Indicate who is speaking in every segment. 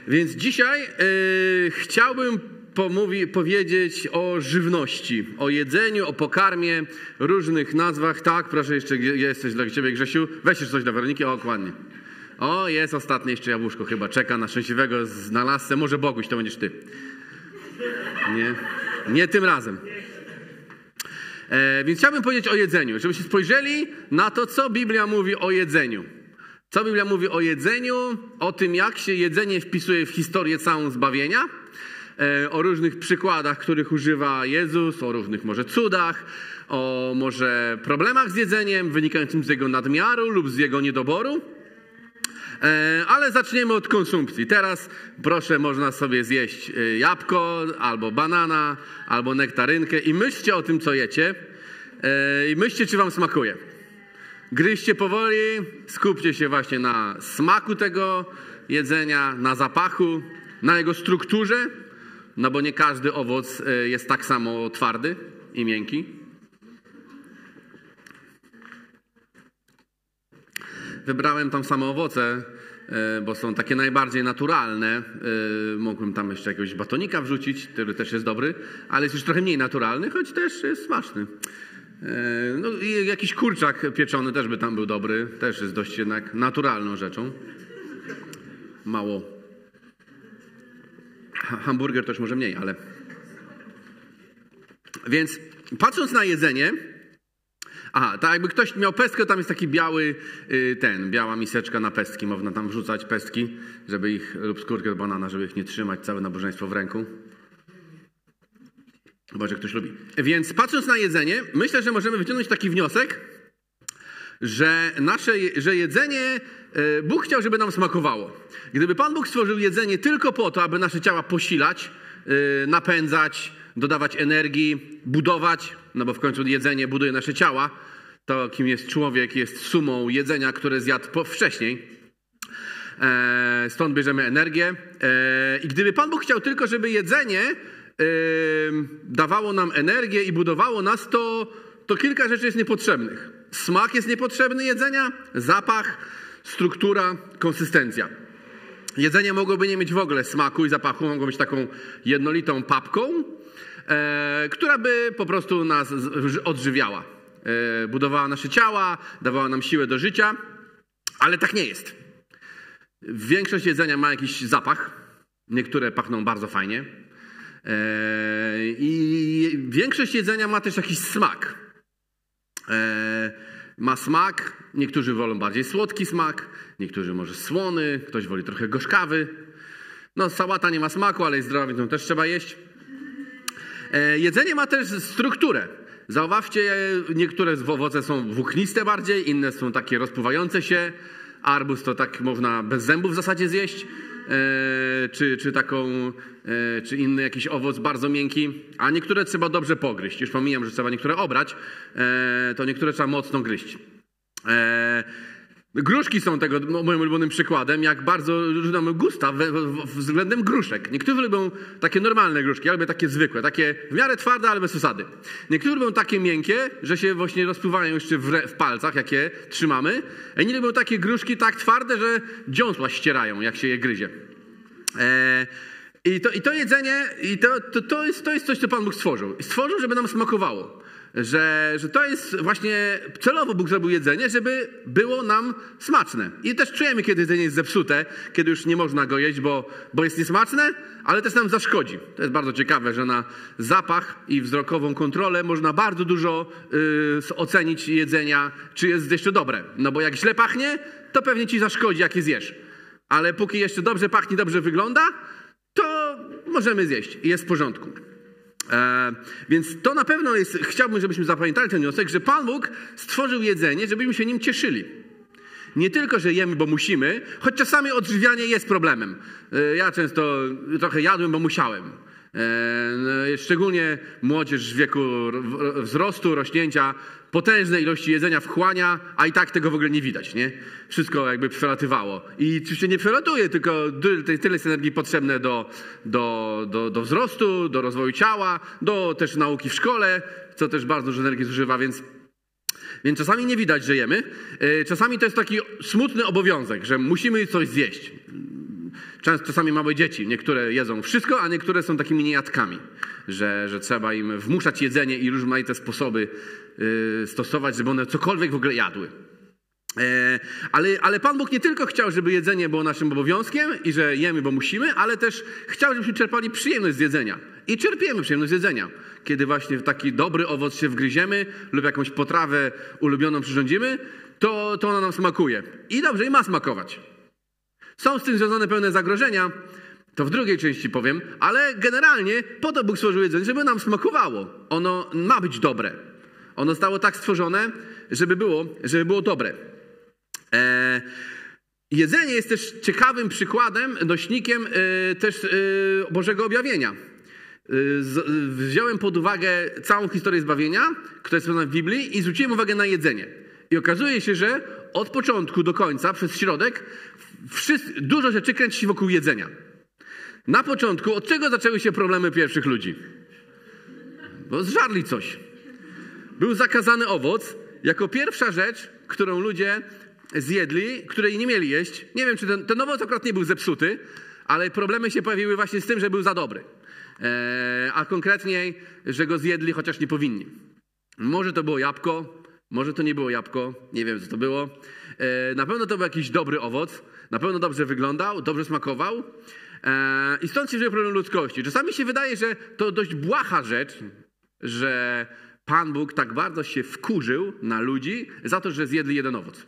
Speaker 1: Więc dzisiaj chciałbym powiedzieć o żywności, o jedzeniu, o pokarmie, różnych nazwach. Tak, proszę, jeszcze jest coś dla Ciebie, Grzesiu. Weź jeszcze coś dla Weroniki, o, dokładnie. O, jest ostatnie jeszcze jabłuszko chyba, czeka na szczęśliwego znalazcę. Może Boguś, to będziesz Ty. Nie tym razem. Więc chciałbym powiedzieć o jedzeniu, żebyście spojrzeli na to, co Biblia mówi o jedzeniu. Co Biblia mówi o jedzeniu, o tym, jak się jedzenie wpisuje w historię całą zbawienia, o różnych przykładach, których używa Jezus, o różnych może cudach, o może problemach z jedzeniem wynikającym z jego nadmiaru lub z jego niedoboru. Ale zaczniemy od konsumpcji. Teraz proszę, można sobie zjeść jabłko, albo banana, albo nektarynkę i myślcie o tym, co jecie i myślcie, czy wam smakuje. Gryźcie powoli, skupcie się właśnie na smaku tego jedzenia, na zapachu, na jego strukturze, no bo nie każdy owoc jest tak samo twardy i miękki. Wybrałem tam same owoce, bo są takie najbardziej naturalne. Mógłbym tam jeszcze jakiegoś batonika wrzucić, który też jest dobry, ale jest już trochę mniej naturalny, choć też jest smaczny. No i jakiś kurczak pieczony też by tam był dobry, też jest dość jednak naturalną rzeczą. Mało. Hamburger też może mniej, ale... Więc patrząc na jedzenie... Aha, tak jakby ktoś miał pestkę, tam jest taki biała miseczka na pestki. Można tam wrzucać pestki, żeby ich, lub skórkę banana, żeby ich nie trzymać całe nabożeństwo w ręku. Chyba, że ktoś lubi. Więc patrząc na jedzenie, myślę, że możemy wyciągnąć taki wniosek, że jedzenie, Bóg chciał, żeby nam smakowało. Gdyby Pan Bóg stworzył jedzenie tylko po to, aby nasze ciała posilać, napędzać, dodawać energii, budować, no bo w końcu jedzenie buduje nasze ciała, to kim jest człowiek jest sumą jedzenia, które zjadł wcześniej. Stąd bierzemy energię. I gdyby Pan Bóg chciał tylko, żeby jedzenie dawało nam energię i budowało nas, to kilka rzeczy jest niepotrzebnych. Smak jest niepotrzebny jedzenia, zapach, struktura, konsystencja. Jedzenie mogłoby nie mieć w ogóle smaku i zapachu, mogło być taką jednolitą papką, która by po prostu nas odżywiała. Budowała nasze ciała, dawała nam siłę do życia, ale tak nie jest. Większość jedzenia ma jakiś zapach, niektóre pachną bardzo fajnie i większość jedzenia ma też jakiś smak. Ma smak, niektórzy wolą bardziej słodki smak, niektórzy może słony, ktoś woli trochę gorzkawy. No sałata nie ma smaku, ale jest zdrowa, więc ją też trzeba jeść. Jedzenie ma też strukturę. Zauważcie, niektóre owoce są włókniste bardziej, inne są takie rozpływające się. Arbuz to tak można bez zębów w zasadzie zjeść. Czy inny jakiś owoc bardzo miękki. A niektóre trzeba dobrze pogryźć. Już pomijam, że trzeba niektóre obrać. To niektóre trzeba mocno gryźć. Gruszki są tego moim ulubionym przykładem, jak bardzo różne mamy gusta względem gruszek. Niektórzy lubią takie normalne gruszki, ja lubię takie zwykłe, takie w miarę twarde, ale bez osady. Niektórzy lubią takie miękkie, że się właśnie rozpływają jeszcze w palcach, jak je trzymamy. A inni lubią takie gruszki tak twarde, że dziąsła ścierają, jak się je gryzie. I to jedzenie, to jest coś, co Pan Bóg stworzył. Stworzył, żeby nam smakowało. Że to jest właśnie, celowo Bóg zrobił jedzenie, żeby było nam smaczne. I też czujemy, kiedy jedzenie jest zepsute, kiedy już nie można go jeść, bo jest niesmaczne, ale też nam zaszkodzi. To jest bardzo ciekawe, że na zapach i wzrokową kontrolę można bardzo dużo ocenić jedzenia, czy jest jeszcze dobre. No bo jak źle pachnie, to pewnie ci zaszkodzi, jak je zjesz. Ale póki jeszcze dobrze pachnie, dobrze wygląda, to możemy zjeść i jest w porządku. Więc to na pewno jest, chciałbym, żebyśmy zapamiętali ten wniosek, że Pan Bóg stworzył jedzenie, żebyśmy się nim cieszyli. Nie tylko, że jemy, bo musimy, choć czasami odżywianie jest problemem. Ja często trochę jadłem, bo musiałem. Szczególnie młodzież w wieku wzrostu, rośnięcia, potężne ilości jedzenia wchłania, a i tak tego w ogóle nie widać, nie? Wszystko jakby przelatywało. I oczywiście nie przelatuje, tylko tyle jest energii potrzebne do wzrostu, do rozwoju ciała, do też nauki w szkole, co też bardzo dużo energii zużywa, więc czasami nie widać, że jemy. Czasami to jest taki smutny obowiązek, że musimy coś zjeść. Czasami małe dzieci, niektóre jedzą wszystko, a niektóre są takimi niejadkami, że trzeba im wmuszać jedzenie i rozmaite sposoby stosować, żeby one cokolwiek w ogóle jadły. Ale Pan Bóg nie tylko chciał, żeby jedzenie było naszym obowiązkiem i że jemy, bo musimy, ale też chciał, żebyśmy czerpali przyjemność z jedzenia. I czerpiemy przyjemność z jedzenia. Kiedy właśnie w taki dobry owoc się wgryziemy lub jakąś potrawę ulubioną przyrządzimy, to ona nam smakuje. I dobrze, i ma smakować. Są z tym związane pewne zagrożenia, to w drugiej części powiem, ale generalnie po to Bóg stworzył jedzenie, żeby nam smakowało. Ono ma być dobre. Ono zostało tak stworzone, żeby było dobre. Jedzenie jest też ciekawym przykładem, nośnikiem też Bożego objawienia. Wziąłem pod uwagę całą historię zbawienia, która jest w Biblii, i zwróciłem uwagę na jedzenie. I okazuje się, że od początku do końca, przez środek, dużo rzeczy kręci się wokół jedzenia. Na początku, od czego zaczęły się problemy pierwszych ludzi? Bo zżarli coś. Był zakazany owoc jako pierwsza rzecz, którą ludzie zjedli, której nie mieli jeść. Nie wiem, czy ten owoc akurat nie był zepsuty, ale problemy się pojawiły właśnie z tym, że był za dobry. A konkretniej, że go zjedli, chociaż nie powinni. Może to było jabłko, może to nie było jabłko, nie wiem, co to było. Na pewno to był jakiś dobry owoc, na pewno dobrze wyglądał, dobrze smakował. I stąd się wziął problem ludzkości. Czasami się wydaje, że to dość błaha rzecz, że Pan Bóg tak bardzo się wkurzył na ludzi za to, że zjedli jeden owoc.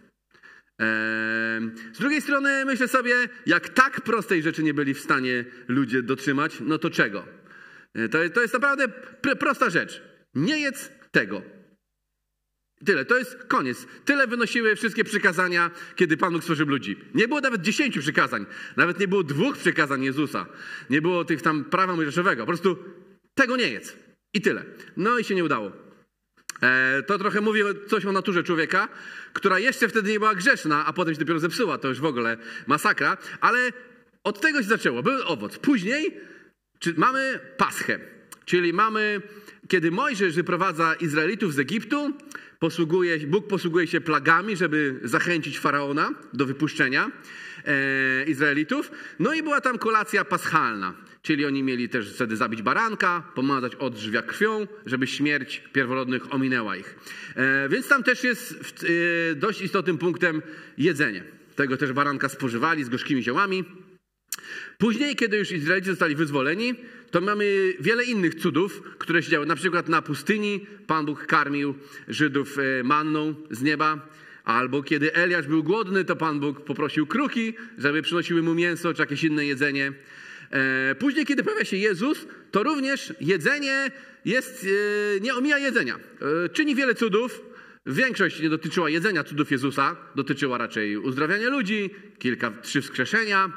Speaker 1: Z drugiej strony myślę sobie, jak tak prostej rzeczy nie byli w stanie ludzie dotrzymać, no to czego? To jest naprawdę prosta rzecz. Nie jedz tego. Tyle, to jest koniec. Tyle wynosiły wszystkie przykazania, kiedy Pan Bóg stworzył ludzi. Nie było nawet 10 przykazań. Nawet nie było 2 przykazań Jezusa. Nie było tych tam prawa mojżeszowego. Po prostu tego nie jedz. I tyle. No i się nie udało. To trochę mówi coś o naturze człowieka, która jeszcze wtedy nie była grzeszna, a potem się dopiero zepsuła. To już w ogóle masakra. Ale od tego się zaczęło. Był owoc. Później mamy Paschę. Czyli mamy, kiedy Mojżesz wyprowadza Izraelitów z Egiptu, Bóg posługuje się plagami, żeby zachęcić Faraona do wypuszczenia Izraelitów. No i była tam kolacja paschalna. Czyli oni mieli też wtedy zabić baranka, pomazać odżywia krwią, żeby śmierć pierworodnych ominęła ich. Więc tam też jest dość istotnym punktem jedzenie. Tego też baranka spożywali z gorzkimi ziołami. Później, kiedy już Izraelici zostali wyzwoleni, to mamy wiele innych cudów, które się działy. Na przykład na pustyni Pan Bóg karmił Żydów manną z nieba. Albo kiedy Eliasz był głodny, to Pan Bóg poprosił kruki, żeby przynosiły mu mięso czy jakieś inne jedzenie. Później, kiedy pojawia się Jezus, to również jedzenie nie omija jedzenia. Czyni wiele cudów. Większość nie dotyczyła jedzenia cudów Jezusa. Dotyczyła raczej uzdrawiania ludzi, 3 wskrzeszenia,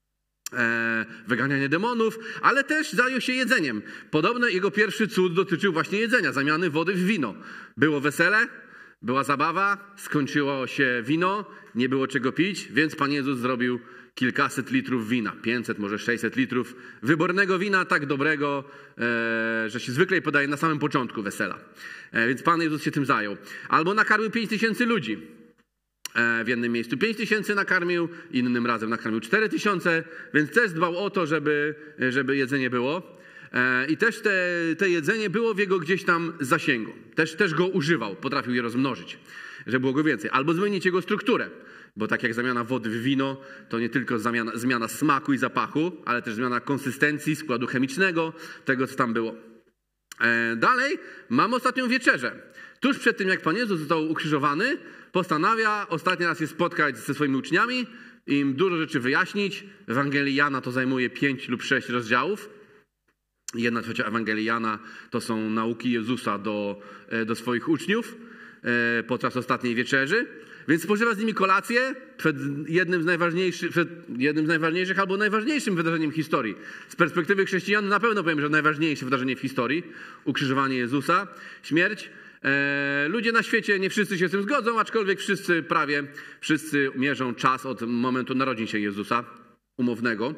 Speaker 1: wyganianie demonów, ale też zajął się jedzeniem. Podobno jego pierwszy cud dotyczył właśnie jedzenia, zamiany wody w wino. Było wesele, była zabawa, skończyło się wino, nie było czego pić, więc Pan Jezus zrobił kilkaset litrów wina, 500, może 600 litrów wybornego wina, tak dobrego, że się zwykle podaje na samym początku wesela. Więc Pan Jezus się tym zajął. Albo nakarmił 5000 ludzi. W jednym miejscu 5000 nakarmił, innym razem nakarmił 4000, więc też dbał o to, żeby jedzenie było. I też te jedzenie było w jego gdzieś tam zasięgu. Też go używał, potrafił je rozmnożyć, żeby było go więcej. Albo zmienić jego strukturę, bo tak jak zamiana wody w wino, to nie tylko zmiana smaku i zapachu, ale też zmiana konsystencji, składu chemicznego, tego co tam było. Dalej mamy ostatnią wieczerzę. Tuż przed tym, jak Pan Jezus został ukrzyżowany, postanawia ostatni raz się spotkać ze swoimi uczniami, im dużo rzeczy wyjaśnić. Ewangelii Jana to zajmuje 5 lub 6 rozdziałów. Jedna trzecia Ewangelii Jana to są nauki Jezusa do swoich uczniów podczas ostatniej wieczerzy. Więc spożywa z nimi kolację przed jednym z najważniejszych albo najważniejszym wydarzeniem historii. Z perspektywy chrześcijan na pewno powiem, że najważniejsze wydarzenie w historii. Ukrzyżowanie Jezusa, śmierć. Ludzie na świecie, nie wszyscy się z tym zgodzą, aczkolwiek prawie wszyscy mierzą czas od momentu narodzin się Jezusa, umownego.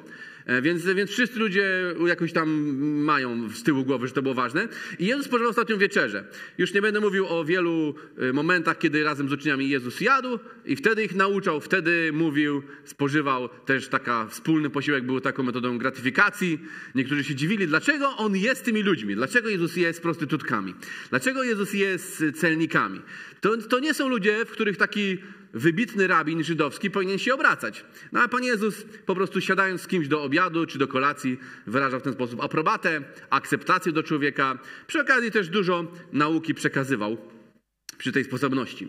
Speaker 1: Więc wszyscy ludzie jakoś tam mają z tyłu głowy, że to było ważne. I Jezus spożywał ostatnią wieczerzę. Już nie będę mówił o wielu momentach, kiedy razem z uczniami Jezus jadł i wtedy ich nauczał, wtedy mówił, spożywał. Też taka wspólny posiłek był taką metodą gratyfikacji. Niektórzy się dziwili, dlaczego On jest z tymi ludźmi, dlaczego Jezus jest z prostytutkami, dlaczego Jezus jest z celnikami. To nie są ludzie, w których taki wybitny rabin żydowski powinien się obracać. No a Pan Jezus po prostu siadając z kimś do obiadu czy do kolacji wyrażał w ten sposób aprobatę, akceptację do człowieka. Przy okazji też dużo nauki przekazywał przy tej sposobności.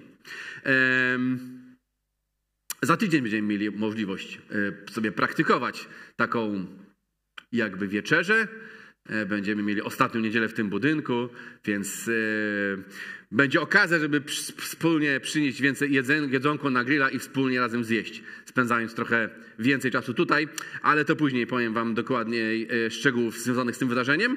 Speaker 1: Za tydzień będziemy mieli możliwość sobie praktykować taką jakby wieczerzę. Będziemy mieli ostatnią niedzielę w tym budynku, więc będzie okazja, żeby wspólnie przynieść więcej jedzonko na grilla i wspólnie razem zjeść, spędzając trochę więcej czasu tutaj, ale to później powiem wam dokładniej szczegółów związanych z tym wydarzeniem.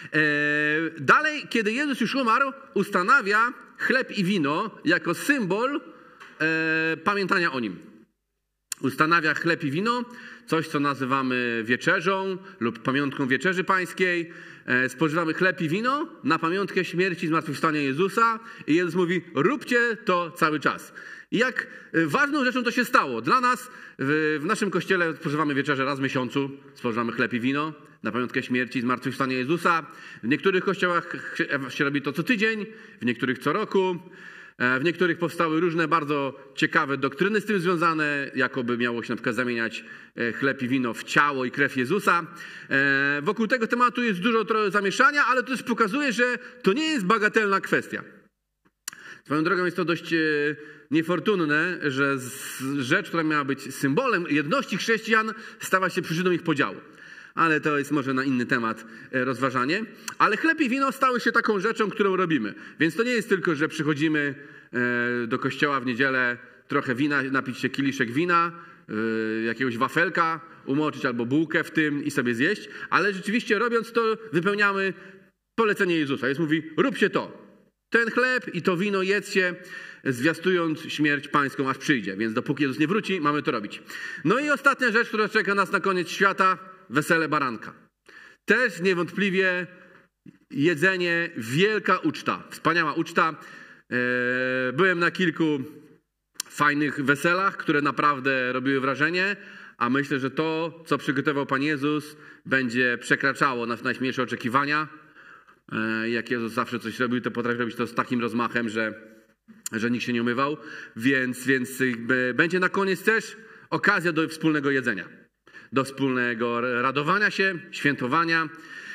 Speaker 1: Dalej, kiedy Jezus już umarł, ustanawia chleb i wino jako symbol pamiętania o Nim. Ustanawia chleb i wino, coś co nazywamy wieczerzą lub pamiątką wieczerzy pańskiej. Spożywamy chleb i wino na pamiątkę śmierci i zmartwychwstania Jezusa i Jezus mówi, róbcie to cały czas. I jak ważną rzeczą to się stało. Dla nas w naszym kościele spożywamy wieczerzę raz w miesiącu, spożywamy chleb i wino na pamiątkę śmierci i zmartwychwstania Jezusa. W niektórych kościołach się robi to co tydzień, w niektórych co roku. W niektórych powstały różne bardzo ciekawe doktryny z tym związane, jakoby miało się na przykład zamieniać chleb i wino w ciało i krew Jezusa. Wokół tego tematu jest dużo trochę zamieszania, ale to też pokazuje, że to nie jest bagatelna kwestia. Swoją drogą jest to dość niefortunne, że rzecz, która miała być symbolem jedności chrześcijan, stała się przyczyną ich podziału. Ale to jest może na inny temat rozważanie. Ale chleb i wino stały się taką rzeczą, którą robimy. Więc to nie jest tylko, że przychodzimy do kościoła w niedzielę, trochę wina, napić się kieliszek wina, jakiegoś wafelka umoczyć albo bułkę w tym i sobie zjeść. Ale rzeczywiście robiąc to wypełniamy polecenie Jezusa. Jezus mówi, róbcie to. Ten chleb i to wino jedzcie, zwiastując śmierć pańską, aż przyjdzie. Więc dopóki Jezus nie wróci, mamy to robić. No i ostatnia rzecz, która czeka nas na koniec świata, wesele baranka. Też niewątpliwie jedzenie, wielka uczta, wspaniała uczta. Byłem na kilku fajnych weselach, które naprawdę robiły wrażenie, a myślę, że to, co przygotował Pan Jezus, będzie przekraczało nasze najśmielsze oczekiwania. Jak Jezus zawsze coś robił, to potrafi robić to z takim rozmachem, że nikt się nie umywał. Więc będzie na koniec też okazja do wspólnego jedzenia, do wspólnego radowania się, świętowania.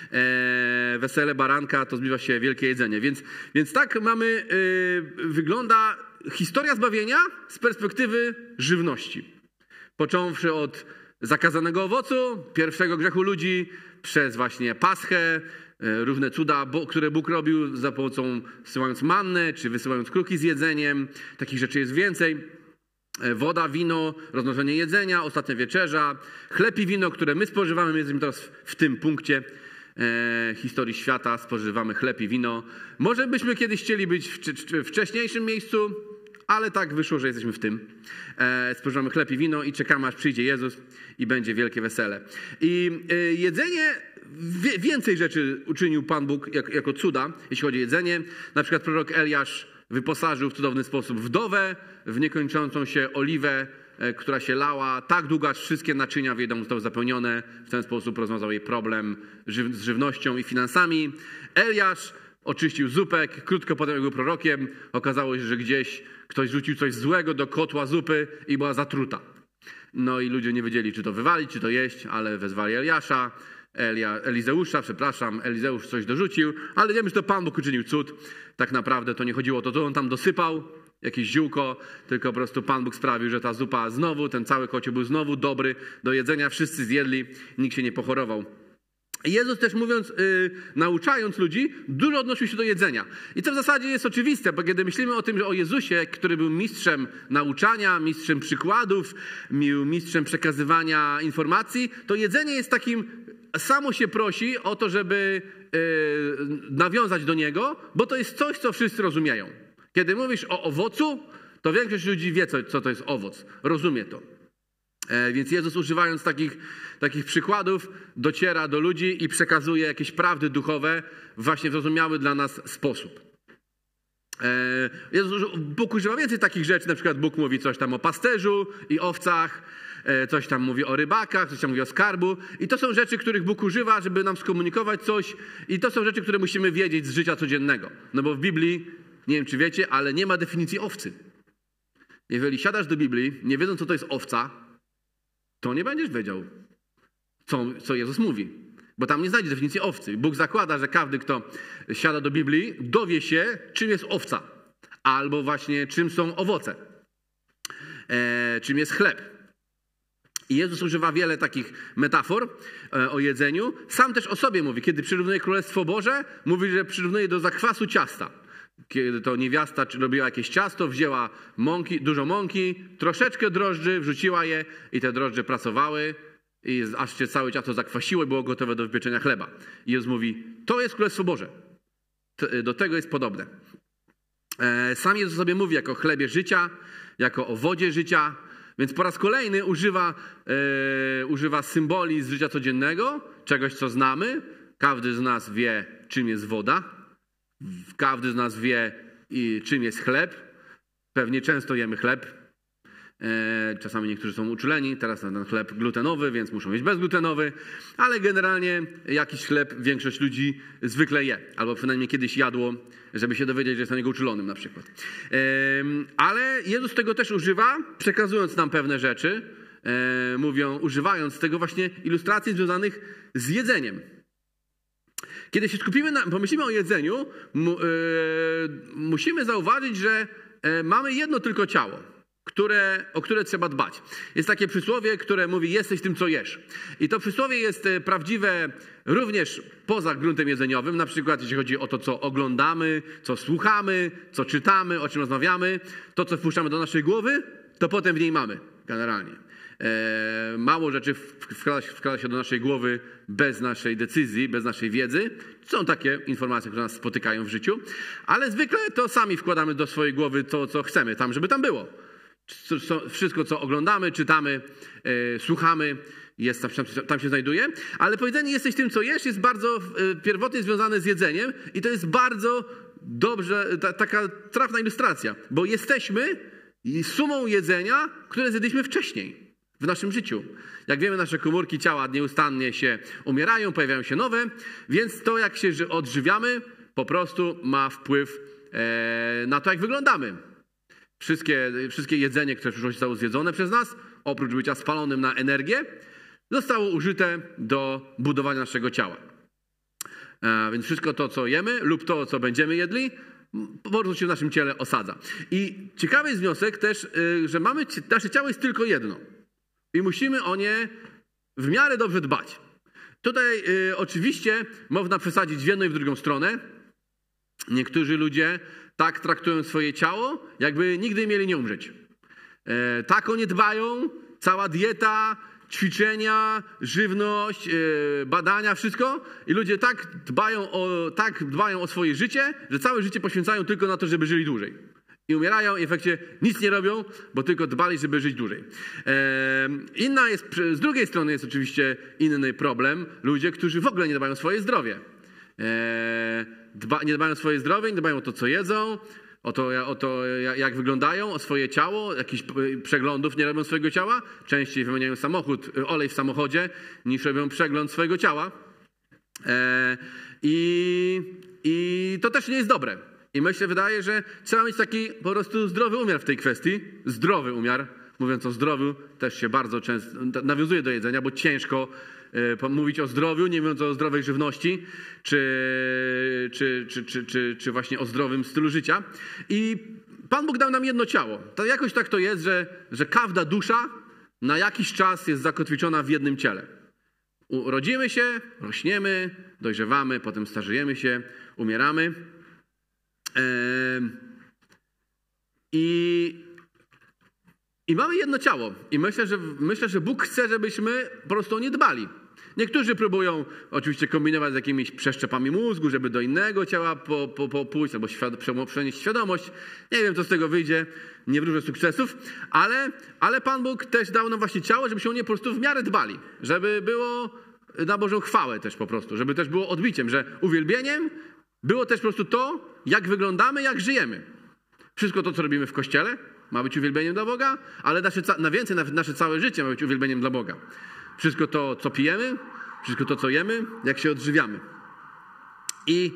Speaker 1: Wesele baranka to zbliża się wielkie jedzenie. Więc tak wygląda historia zbawienia z perspektywy żywności. Począwszy od zakazanego owocu, pierwszego grzechu ludzi, przez właśnie Paschę, różne cuda, które Bóg robił za pomocą wysyłając mannę, czy wysyłając kruki z jedzeniem. Takich rzeczy jest więcej. Woda, wino, rozmnożenie jedzenia, ostatnia wieczerza, chleb i wino, które my spożywamy. My jesteśmy teraz w tym punkcie historii świata, spożywamy chleb i wino. Może byśmy kiedyś chcieli być w wcześniejszym miejscu, ale tak wyszło, że jesteśmy w tym. Spożywamy chleb i wino i czekamy, aż przyjdzie Jezus i będzie wielkie wesele. I jedzenie, więcej rzeczy uczynił Pan Bóg jako cuda, jeśli chodzi o jedzenie. Na przykład prorok Eliasz wyposażył w cudowny sposób wdowę w niekończącą się oliwę, która się lała tak długo, aż wszystkie naczynia w jej domu zostały zapełnione. W ten sposób rozwiązał jej problem z żywnością i finansami. Eliasz oczyścił zupę. Krótko potem, jak był prorokiem, okazało się, że gdzieś ktoś rzucił coś złego do kotła zupy i była zatruta. No i ludzie nie wiedzieli, czy to wywalić, czy to jeść, ale wezwali Eliasza. Elizeusz coś dorzucił, ale wiemy, że to Pan Bóg uczynił cud. Tak naprawdę to nie chodziło o to, co on tam dosypał, jakieś ziółko, tylko po prostu Pan Bóg sprawił, że ta zupa znowu, ten cały kocioł był znowu dobry do jedzenia, wszyscy zjedli, nikt się nie pochorował. Jezus też mówiąc, nauczając ludzi, dużo odnosił się do jedzenia. I to w zasadzie jest oczywiste, bo kiedy myślimy o tym, że o Jezusie, który był mistrzem nauczania, mistrzem przykładów, mistrzem przekazywania informacji, to jedzenie jest takim, samo się prosi o to, żeby nawiązać do Niego, bo to jest coś, co wszyscy rozumieją. Kiedy mówisz o owocu, to większość ludzi wie, co to jest owoc. Rozumie to. Więc Jezus, używając takich przykładów, dociera do ludzi i przekazuje jakieś prawdy duchowe właśnie w zrozumiały dla nas sposób. Bóg używa więcej takich rzeczy, na przykład Bóg mówi coś tam o pasterzu i owcach, coś tam mówi o rybakach, coś tam mówi o skarbu. I to są rzeczy, których Bóg używa, żeby nam skomunikować coś. I to są rzeczy, które musimy wiedzieć z życia codziennego. No bo w Biblii, nie wiem czy wiecie, ale nie ma definicji owcy. Jeżeli siadasz do Biblii, nie wiedząc co to jest owca, to nie będziesz wiedział, co Jezus mówi. Bo tam nie znajdziesz definicji owcy. Bóg zakłada, że każdy, kto siada do Biblii, dowie się, czym jest owca. Albo właśnie, czym są owoce. Czym jest chleb. I Jezus używa wiele takich metafor o jedzeniu. Sam też o sobie mówi. Kiedy przyrównuje Królestwo Boże, mówi, że przyrównuje do zakwasu ciasta. Kiedy to niewiasta robiła jakieś ciasto, wzięła dużo mąki, troszeczkę drożdży, wrzuciła je i te drożdże pracowały i aż się całe ciasto zakwasiło i było gotowe do wypieczenia chleba. I Jezus mówi, to jest Królestwo Boże. Do tego jest podobne. Sam Jezus sobie mówi jako chlebie życia, jako o wodzie życia, więc po raz kolejny używa symboli z życia codziennego, czegoś co znamy. Każdy z nas wie, czym jest woda. Każdy z nas wie, czym jest chleb. Pewnie często jemy chleb. Czasami niektórzy są uczuleni, teraz na ten chleb glutenowy, więc muszą jeść bezglutenowy, ale generalnie jakiś chleb większość ludzi zwykle je, albo przynajmniej kiedyś jadło, żeby się dowiedzieć, że jest na niego uczulonym na przykład. Ale Jezus tego też używa, przekazując nam pewne rzeczy, używając tego właśnie ilustracji związanych z jedzeniem. Kiedy się pomyślimy o jedzeniu, musimy zauważyć, że mamy jedno tylko ciało, o które trzeba dbać. Jest takie przysłowie, które mówi, jesteś tym, co jesz. I to przysłowie jest prawdziwe również poza gruntem jedzeniowym, na przykład jeśli chodzi o to, co oglądamy, co słuchamy, co czytamy, o czym rozmawiamy, to, co wpuszczamy do naszej głowy, to potem w niej mamy, generalnie. Mało rzeczy wkrada się do naszej głowy bez naszej decyzji, bez naszej wiedzy. Są takie informacje, które nas spotykają w życiu, ale zwykle to sami wkładamy do swojej głowy to, co chcemy tam, żeby tam było. Wszystko, co oglądamy, czytamy, słuchamy, tam się znajduje. Ale powiedzenie jesteś tym, co jesz, jest bardzo pierwotnie związane z jedzeniem i to jest bardzo dobrze, taka trafna ilustracja, bo jesteśmy sumą jedzenia, które zjedliśmy wcześniej w naszym życiu. Jak wiemy, nasze komórki ciała nieustannie się umierają, pojawiają się nowe, więc to, jak się odżywiamy, po prostu ma wpływ na to, jak wyglądamy. Wszystkie jedzenie, które w przyszłości zostało zjedzone przez nas, oprócz bycia spalonym na energię, zostało użyte do budowania naszego ciała. Więc wszystko to, co jemy lub to, co będziemy jedli, po prostu się w naszym ciele osadza. I ciekawy jest wniosek też, że nasze ciało jest tylko jedno. I musimy o nie w miarę dobrze dbać. Tutaj oczywiście można przesadzić w jedną i w drugą stronę. Niektórzy ludzie tak traktują swoje ciało, jakby nigdy mieli nie umrzeć. Tak o nie dbają, cała dieta, ćwiczenia, żywność, badania, wszystko. I ludzie tak dbają o swoje życie, że całe życie poświęcają tylko na to, żeby żyli dłużej. I umierają i w efekcie nic nie robią, bo tylko dbali, żeby żyć dłużej. Z drugiej strony jest oczywiście inny problem. Ludzie, którzy w ogóle nie dbają o swoje zdrowie. Nie dbają o swoje zdrowie, nie dbają o to, co jedzą, o to, jak wyglądają, o swoje ciało, jakichś przeglądów nie robią swojego ciała. Częściej wymieniają olej w samochodzie, niż robią przegląd swojego ciała. I to też nie jest dobre. I wydaje, że trzeba mieć taki po prostu zdrowy umiar w tej kwestii. Zdrowy umiar. Mówiąc o zdrowiu, też się bardzo często nawiązuje do jedzenia, bo ciężko mówić o zdrowiu, nie mówiąc o zdrowej żywności, czy właśnie o zdrowym stylu życia. I Pan Bóg dał nam jedno ciało. Jakoś tak to jest, że każda dusza na jakiś czas jest zakotwiczona w jednym ciele. Urodzimy się, rośniemy, dojrzewamy, potem starzejemy się, umieramy. I mamy jedno ciało. I myślę, że Bóg chce, żebyśmy po prostu o nie dbali. Niektórzy próbują oczywiście kombinować z jakimiś przeszczepami mózgu, żeby do innego ciała pójść, albo przenieść świadomość. Nie wiem, co z tego wyjdzie, nie wróżę sukcesów, ale Pan Bóg też dał nam właśnie ciało, żebyśmy o nie po prostu w miarę dbali, żeby było na Bożą chwałę też po prostu, żeby też było odbiciem, że uwielbieniem było też po prostu to, jak wyglądamy, jak żyjemy. Wszystko to, co robimy w Kościele, ma być uwielbieniem dla Boga, ale na więcej, nawet nasze całe życie ma być uwielbieniem dla Boga. Wszystko to, co pijemy, wszystko to, co jemy, jak się odżywiamy. I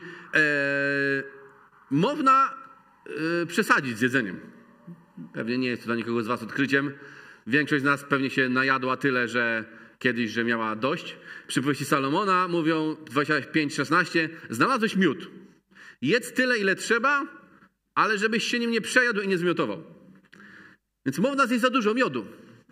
Speaker 1: można przesadzić z jedzeniem. Pewnie nie jest to dla nikogo z was odkryciem. Większość z nas pewnie się najadła tyle, że kiedyś, że miała dość. Przypowieści Salomona mówią 25:16, znalazłeś miód. Jedz tyle, ile trzeba, ale żebyś się nim nie przejadł i nie zmiotował. Więc można zjeść za dużo miodu.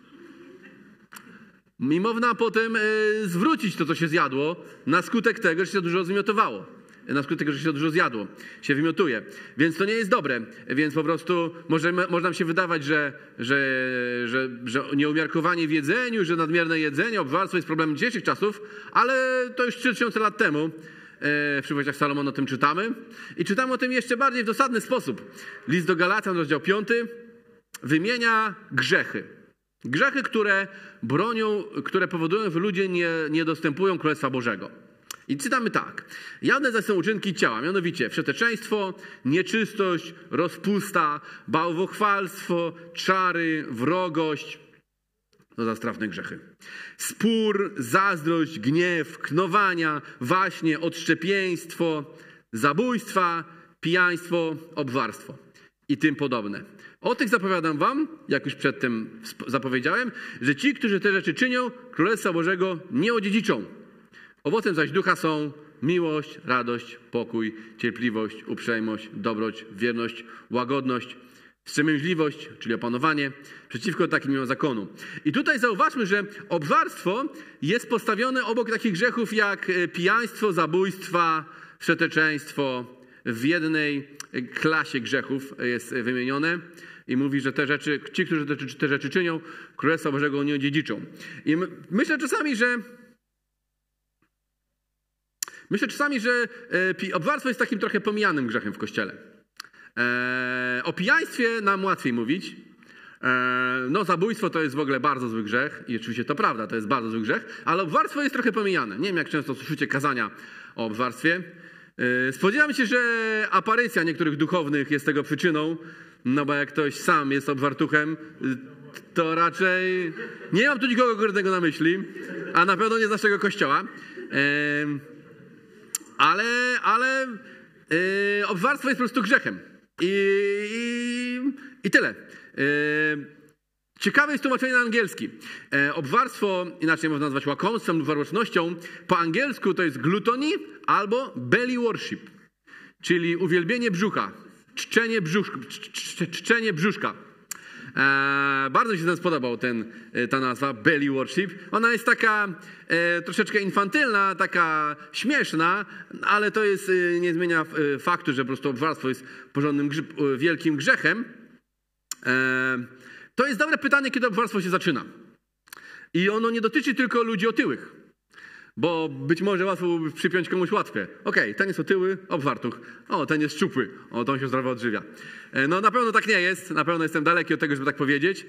Speaker 1: I można potem zwrócić to, co się zjadło, na skutek tego, że się dużo zmiotowało. Na skutek tego, że się dużo zjadło. Się wymiotuje. Więc to nie jest dobre. Więc po prostu może nam się wydawać, że nieumiarkowanie w jedzeniu, że nadmierne jedzenie, obżarstwo jest problemem dzisiejszych czasów, ale to już 3000 lat temu w przypowieściach Salomona o tym czytamy. I czytamy o tym jeszcze bardziej w dosadny sposób. List do Galacjan, rozdział 5, wymienia grzechy. Grzechy, które powodują, że ludzie nie dostępują Królestwa Bożego. I czytamy tak. Jawne zaś są uczynki ciała, mianowicie wszeteczeństwo, nieczystość, rozpusta, bałwochwalstwo, czary, wrogość. To za straszne grzechy. Spór, zazdrość, gniew, knowania, waśnie, odszczepieństwo, zabójstwa, pijaństwo, obżarstwo i tym podobne. O tych zapowiadam wam, jak już przedtem zapowiedziałem, że ci, którzy te rzeczy czynią, Królestwa Bożego nie odziedziczą. Owocem zaś ducha są miłość, radość, pokój, cierpliwość, uprzejmość, dobroć, wierność, łagodność, wstrzemięźliwość, czyli opanowanie. Przeciwko takim nie ma zakonu. I tutaj zauważmy, że obżarstwo jest postawione obok takich grzechów jak pijaństwo, zabójstwa, wszeteczeństwo. W jednej klasie grzechów jest wymienione i mówi, że ci, którzy te rzeczy czynią, Królestwa Bożego nie odziedziczą. I myślę czasami, że obżarstwo jest takim trochę pomijanym grzechem w Kościele. O pijaństwie nam łatwiej mówić. Zabójstwo to jest w ogóle bardzo zły grzech i oczywiście to prawda, to jest bardzo zły grzech, ale obżarstwo jest trochę pomijane. Nie wiem, jak często słyszycie kazania o obżarstwie. Spodziewam się, że aparycja niektórych duchownych jest tego przyczyną, no bo jak ktoś sam jest obżartuchem, to raczej nie mam tu nikogo konkretnego na myśli, a na pewno nie z naszego kościoła. Ale obżarstwo jest po prostu grzechem. I tyle. Ciekawe jest tłumaczenie na angielski. Obżarstwo, inaczej można nazwać łakomstwem lub warłocznością, po angielsku to jest gluttony albo belly worship, czyli uwielbienie brzucha, czczenie brzuszka. Bardzo mi się ten spodobał ta nazwa, belly worship. Ona jest taka troszeczkę infantylna, taka śmieszna, ale to nie zmienia faktu, że po prostu obżarstwo jest porządnym, wielkim grzechem. To jest dobre pytanie, kiedy obżarstwo się zaczyna. I ono nie dotyczy tylko ludzi otyłych. Bo być może łatwo byłoby przypiąć komuś łatwę. Okej, ten jest otyły, obżartuch. O, ten jest szczupły. O, to on się zdrowo odżywia. No na pewno tak nie jest. Na pewno jestem daleki od tego, żeby tak powiedzieć.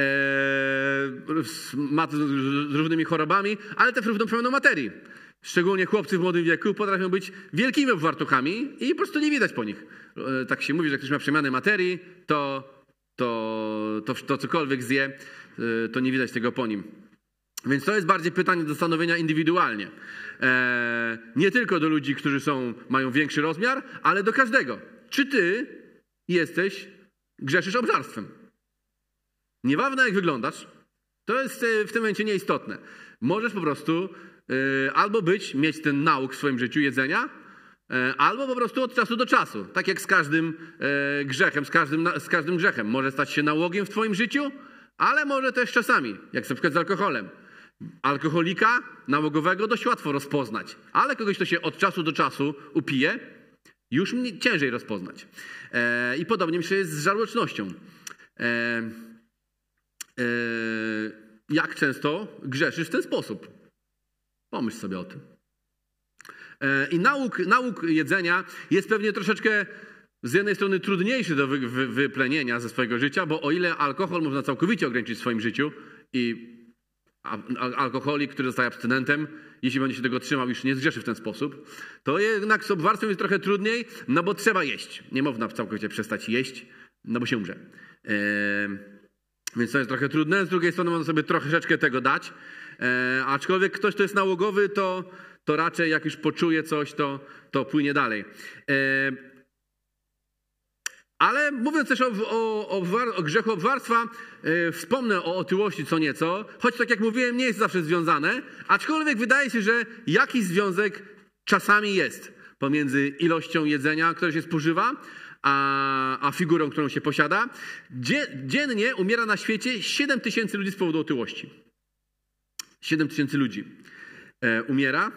Speaker 1: Ma to z różnymi chorobami, ale też równą pełną materii. Szczególnie chłopcy w młodym wieku potrafią być wielkimi obżartuchami i po prostu nie widać po nich. Tak się mówi, że ktoś ma przemianę materii, to cokolwiek zje, to nie widać tego po nim. Więc to jest bardziej pytanie do zastanowienia indywidualnie. Nie tylko do ludzi, którzy mają większy rozmiar, ale do każdego. Czy ty grzeszysz obżarstwem? Nieważne jak wyglądasz, to jest w tym momencie nieistotne. Możesz po prostu albo mieć ten nauk w swoim życiu jedzenia, albo po prostu od czasu do czasu. Tak jak z każdym grzechem, z każdym grzechem. Może stać się nałogiem w twoim życiu, ale może też czasami, jak na przykład z alkoholem. Alkoholika nałogowego dość łatwo rozpoznać, ale kogoś, kto się od czasu do czasu upije, już ciężej rozpoznać. I podobnie myślę jest z żarłocznością. Jak często grzeszysz w ten sposób? Pomyśl sobie o tym. I nauk jedzenia jest pewnie troszeczkę z jednej strony trudniejszy do wyplenienia ze swojego życia, bo o ile alkohol można całkowicie ograniczyć w swoim życiu i alkoholik, który zostaje abstynentem, jeśli będzie się tego trzymał, już nie zgrzeszy w ten sposób, to jednak z obwarstwem jest trochę trudniej, no bo trzeba jeść. Nie można całkowicie przestać jeść, no bo się umrze. Więc to jest trochę trudne. Z drugiej strony można sobie troszeczkę tego dać. Aczkolwiek ktoś, kto jest nałogowy, to raczej jak już poczuje coś, to płynie dalej. Ale mówiąc też o grzechu obwarstwa, wspomnę o otyłości co nieco, choć tak jak mówiłem, nie jest zawsze związane, aczkolwiek wydaje się, że jakiś związek czasami jest pomiędzy ilością jedzenia, które się spożywa, a figurą, którą się posiada. Dziennie umiera na świecie 7 000 ludzi z powodu otyłości. 7 000 ludzi umiera.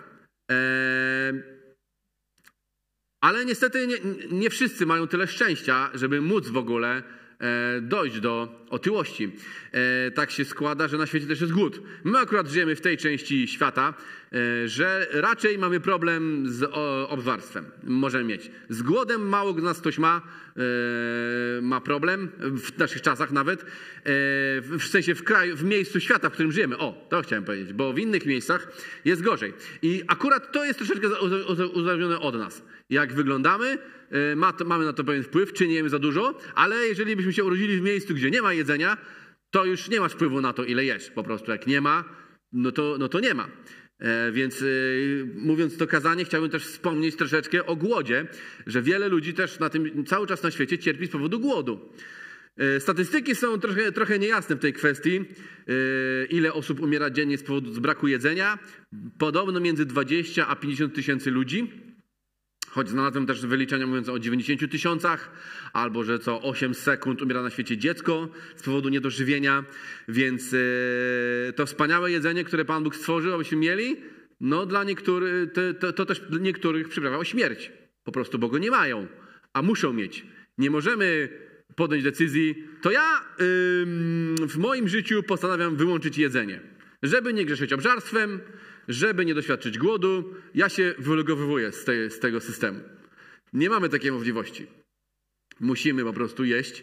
Speaker 1: Ale niestety nie wszyscy mają tyle szczęścia, żeby móc w ogóle dojść do otyłości. Tak się składa, że na świecie też jest głód. My akurat żyjemy w tej części świata, że raczej mamy problem z obwarstwem. Możemy mieć. Z głodem mało z nas ktoś ma problem, w naszych czasach nawet, w sensie w miejscu świata, w którym żyjemy. O, to chciałem powiedzieć, bo w innych miejscach jest gorzej. I akurat to jest troszeczkę uzależnione od nas. Jak wyglądamy, mamy na to pewien wpływ, czy nie jemy za dużo, ale jeżeli byśmy się urodzili w miejscu, gdzie nie ma jedzenia, to już nie masz wpływu na to, ile jesz. Po prostu jak nie ma, no to nie ma. Więc mówiąc to kazanie, chciałbym też wspomnieć troszeczkę o głodzie, że wiele ludzi też cały czas na świecie cierpi z powodu głodu. Statystyki są trochę niejasne w tej kwestii, ile osób umiera dziennie z braku jedzenia. Podobno między 20 a 50 tysięcy ludzi. Choć znalazłem też wyliczenia mówiące o 90 000, albo że co 8 sekund umiera na świecie dziecko z powodu niedożywienia. Więc to wspaniałe jedzenie, które Pan Bóg stworzył, abyśmy mieli, no dla niektórych, to też niektórych przyprawia o śmierć. Po prostu, bo go nie mają, a muszą mieć. Nie możemy podjąć decyzji, to ja w moim życiu postanawiam wyłączyć jedzenie, żeby nie grzeszyć obżarstwem, żeby nie doświadczyć głodu. Ja się wylogowywuję z tego systemu. Nie mamy takiej możliwości. Musimy po prostu jeść,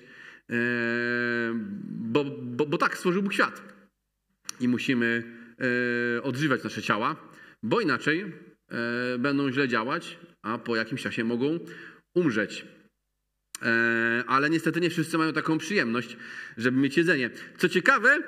Speaker 1: bo tak stworzył Bóg świat. I musimy odżywiać nasze ciała, bo inaczej będą źle działać, a po jakimś czasie mogą umrzeć. Ale niestety nie wszyscy mają taką przyjemność, żeby mieć jedzenie. Co ciekawe,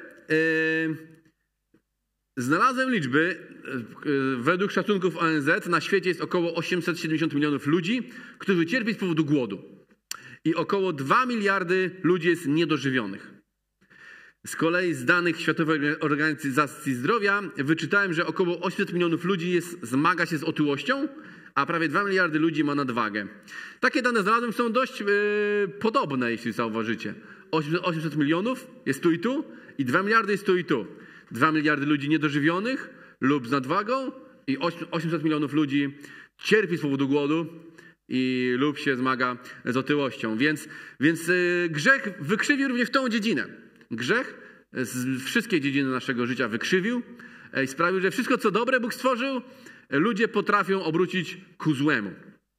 Speaker 1: znalazłem liczby, według szacunków ONZ na świecie jest około 870 milionów ludzi, którzy cierpią z powodu głodu. I około 2 miliardy ludzi jest niedożywionych. Z kolei z danych Światowej Organizacji Zdrowia wyczytałem, że około 800 milionów ludzi zmaga się z otyłością, a prawie 2 miliardy ludzi ma nadwagę. Takie dane znalazłem, są dość podobne, jeśli zauważycie. 800 milionów jest tu i tu i 2 miliardy jest tu i tu. 2 miliardy ludzi niedożywionych lub z nadwagą i 800 milionów ludzi cierpi z powodu głodu lub się zmaga z otyłością. Więc grzech wykrzywił również tą dziedzinę. Grzech wszystkie dziedziny naszego życia wykrzywił i sprawił, że wszystko, co dobre Bóg stworzył, ludzie potrafią obrócić ku złemu.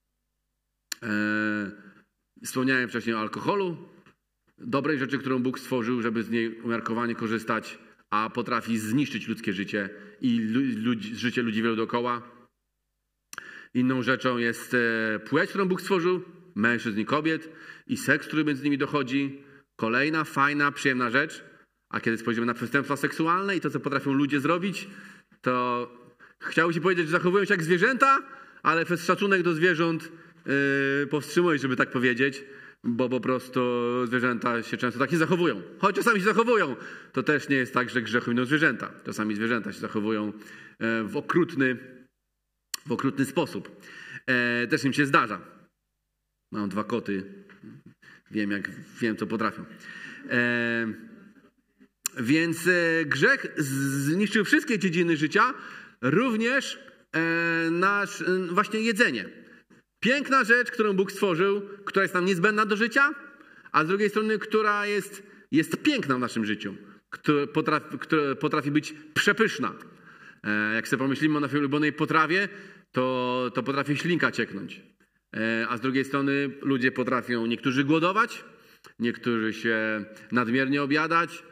Speaker 1: Wspomniałem wcześniej o alkoholu, dobrej rzeczy, którą Bóg stworzył, żeby z niej umiarkowanie korzystać, a potrafi zniszczyć ludzkie życie i życie ludzi wielu dookoła. Inną rzeczą jest płeć, którą Bóg stworzył, mężczyzn i kobiet, i seks, który między nimi dochodzi. Kolejna, fajna, przyjemna rzecz. A kiedy spojrzymy na przestępstwa seksualne i to, co potrafią ludzie zrobić, to chciałbym ci powiedzieć, że zachowują się jak zwierzęta, ale przez szacunek do zwierząt powstrzymuję, żeby tak powiedzieć, bo po prostu zwierzęta się często tak nie zachowują. Choć czasami się zachowują, to też nie jest tak, że grzechu winą zwierzęta. Czasami zwierzęta się zachowują w okrutny sposób. Też im się zdarza. Mam 2 koty. Wiem, co potrafią. Więc grzech zniszczył wszystkie dziedziny życia, również właśnie jedzenie. Piękna rzecz, którą Bóg stworzył, która jest nam niezbędna do życia, a z drugiej strony, która jest piękna w naszym życiu, która potrafi być przepyszna. Jak sobie pomyślimy o naszej ulubionej potrawie, to potrafi ślinka cieknąć. A z drugiej strony ludzie potrafią, niektórzy głodować, niektórzy się nadmiernie objadać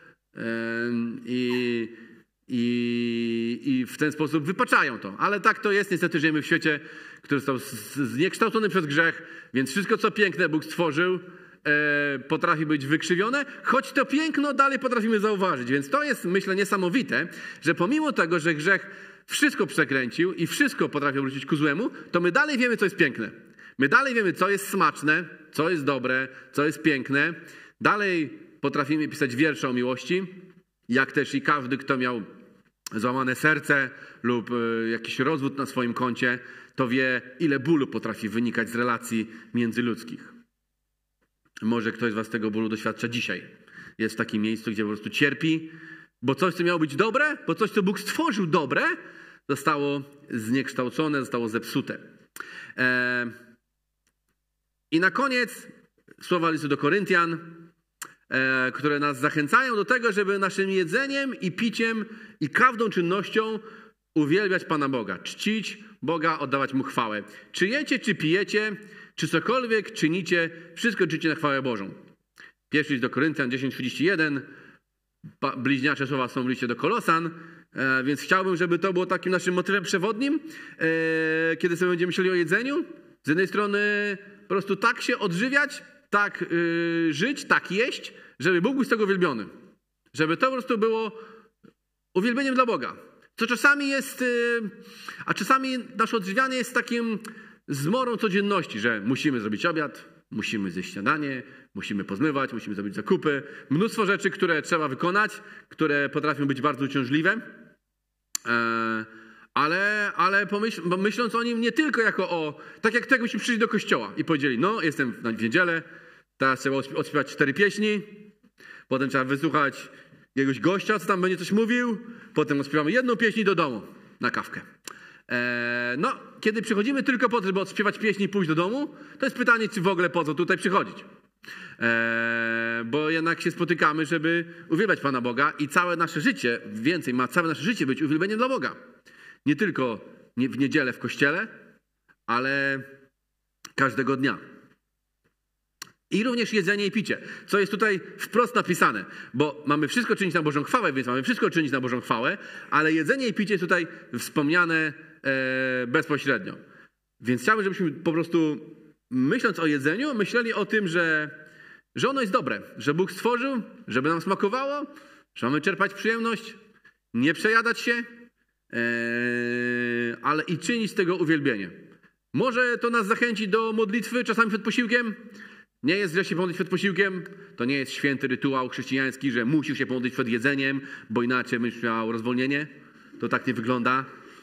Speaker 1: i w ten sposób wypaczają to. Ale tak to jest. Niestety żyjemy w świecie, który został zniekształcony przez grzech, więc wszystko, co piękne Bóg stworzył, potrafi być wykrzywione, choć to piękno dalej potrafimy zauważyć. Więc to jest, myślę, niesamowite, że pomimo tego, że grzech wszystko przekręcił i wszystko potrafi obrócić ku złemu, to my dalej wiemy, co jest piękne. My dalej wiemy, co jest smaczne, co jest dobre, co jest piękne. Dalej potrafimy pisać wiersze o miłości, jak też i każdy, kto miał złamane serce lub jakiś rozwód na swoim koncie, to wie, ile bólu potrafi wynikać z relacji międzyludzkich. Może ktoś z was tego bólu doświadcza dzisiaj. Jest w takim miejscu, gdzie po prostu cierpi, bo coś, co miało być dobre, bo coś, co Bóg stworzył dobre, zostało zniekształcone, zostało zepsute. I na koniec słowa listu do Koryntian, które nas zachęcają do tego, żeby naszym jedzeniem i piciem i każdą czynnością uwielbiać Pana Boga, czcić Boga, oddawać Mu chwałę. Czy jecie, czy pijecie, czy cokolwiek czynicie, wszystko czynicie na chwałę Bożą. Pierwszy list do Koryntian 10:31, bliźniacze słowa są w liście do Kolosan, więc chciałbym, żeby to było takim naszym motywem przewodnim, kiedy sobie będziemy myśleli o jedzeniu. Z jednej strony po prostu tak się odżywiać, tak żyć, tak jeść, żeby Bóg był z tego uwielbiony. Żeby to po prostu było uwielbieniem dla Boga. Co czasami jest, a czasami nasze odżywianie jest takim zmorą codzienności, że musimy zrobić obiad, musimy zjeść śniadanie, musimy pozmywać, musimy zrobić zakupy. Mnóstwo rzeczy, które trzeba wykonać, które potrafią być bardzo uciążliwe. Ale myśląc o nim nie tylko jako o... Tak jak tego byśmy przyszli do kościoła i powiedzieli, no jestem w niedzielę, teraz trzeba odśpiewać 4 pieśni, potem trzeba wysłuchać jakiegoś gościa, co tam będzie coś mówił, potem odśpiewamy 1 pieśń do domu na kawkę. No, kiedy przychodzimy tylko po to, żeby odśpiewać pieśni i pójść do domu, to jest pytanie, czy w ogóle po co tutaj przychodzić. Bo jednak się spotykamy, żeby uwielbiać Pana Boga i całe nasze życie, więcej ma całe nasze życie być uwielbieniem dla Boga. Nie tylko w niedzielę w kościele, ale każdego dnia. I również jedzenie i picie, co jest tutaj wprost napisane, bo mamy wszystko czynić na Bożą chwałę, więc mamy wszystko czynić na Bożą chwałę, ale jedzenie i picie jest tutaj wspomniane bezpośrednio. Więc chciałbym, żebyśmy po prostu, myśląc o jedzeniu, myśleli o tym, że ono jest dobre, że Bóg stworzył, żeby nam smakowało, że mamy czerpać przyjemność, nie przejadać się, ale i czynić z tego uwielbienie. Może to nas zachęci do modlitwy czasami przed posiłkiem. Nie jest źle się pomodlić przed posiłkiem. To nie jest święty rytuał chrześcijański, że musisz się pomodlić przed jedzeniem, bo inaczej będziesz miał rozwolnienie. To tak nie wygląda.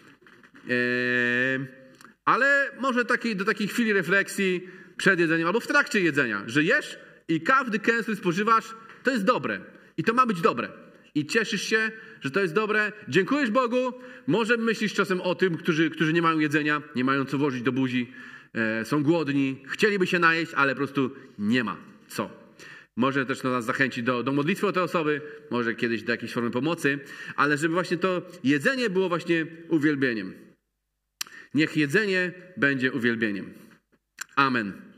Speaker 1: Ale może do takiej chwili refleksji przed jedzeniem albo w trakcie jedzenia, że jesz i każdy kęs, który spożywasz, to jest dobre. I to ma być dobre. I cieszysz się, że to jest dobre. Dziękujesz Bogu. Może myślisz czasem o tym, którzy nie mają jedzenia, nie mają co włożyć do buzi, są głodni, chcieliby się najeść, ale po prostu nie ma co. Może też nas zachęci do modlitwy o te osoby, może kiedyś do jakiejś formy pomocy, ale żeby właśnie to jedzenie było właśnie uwielbieniem. Niech jedzenie będzie uwielbieniem. Amen.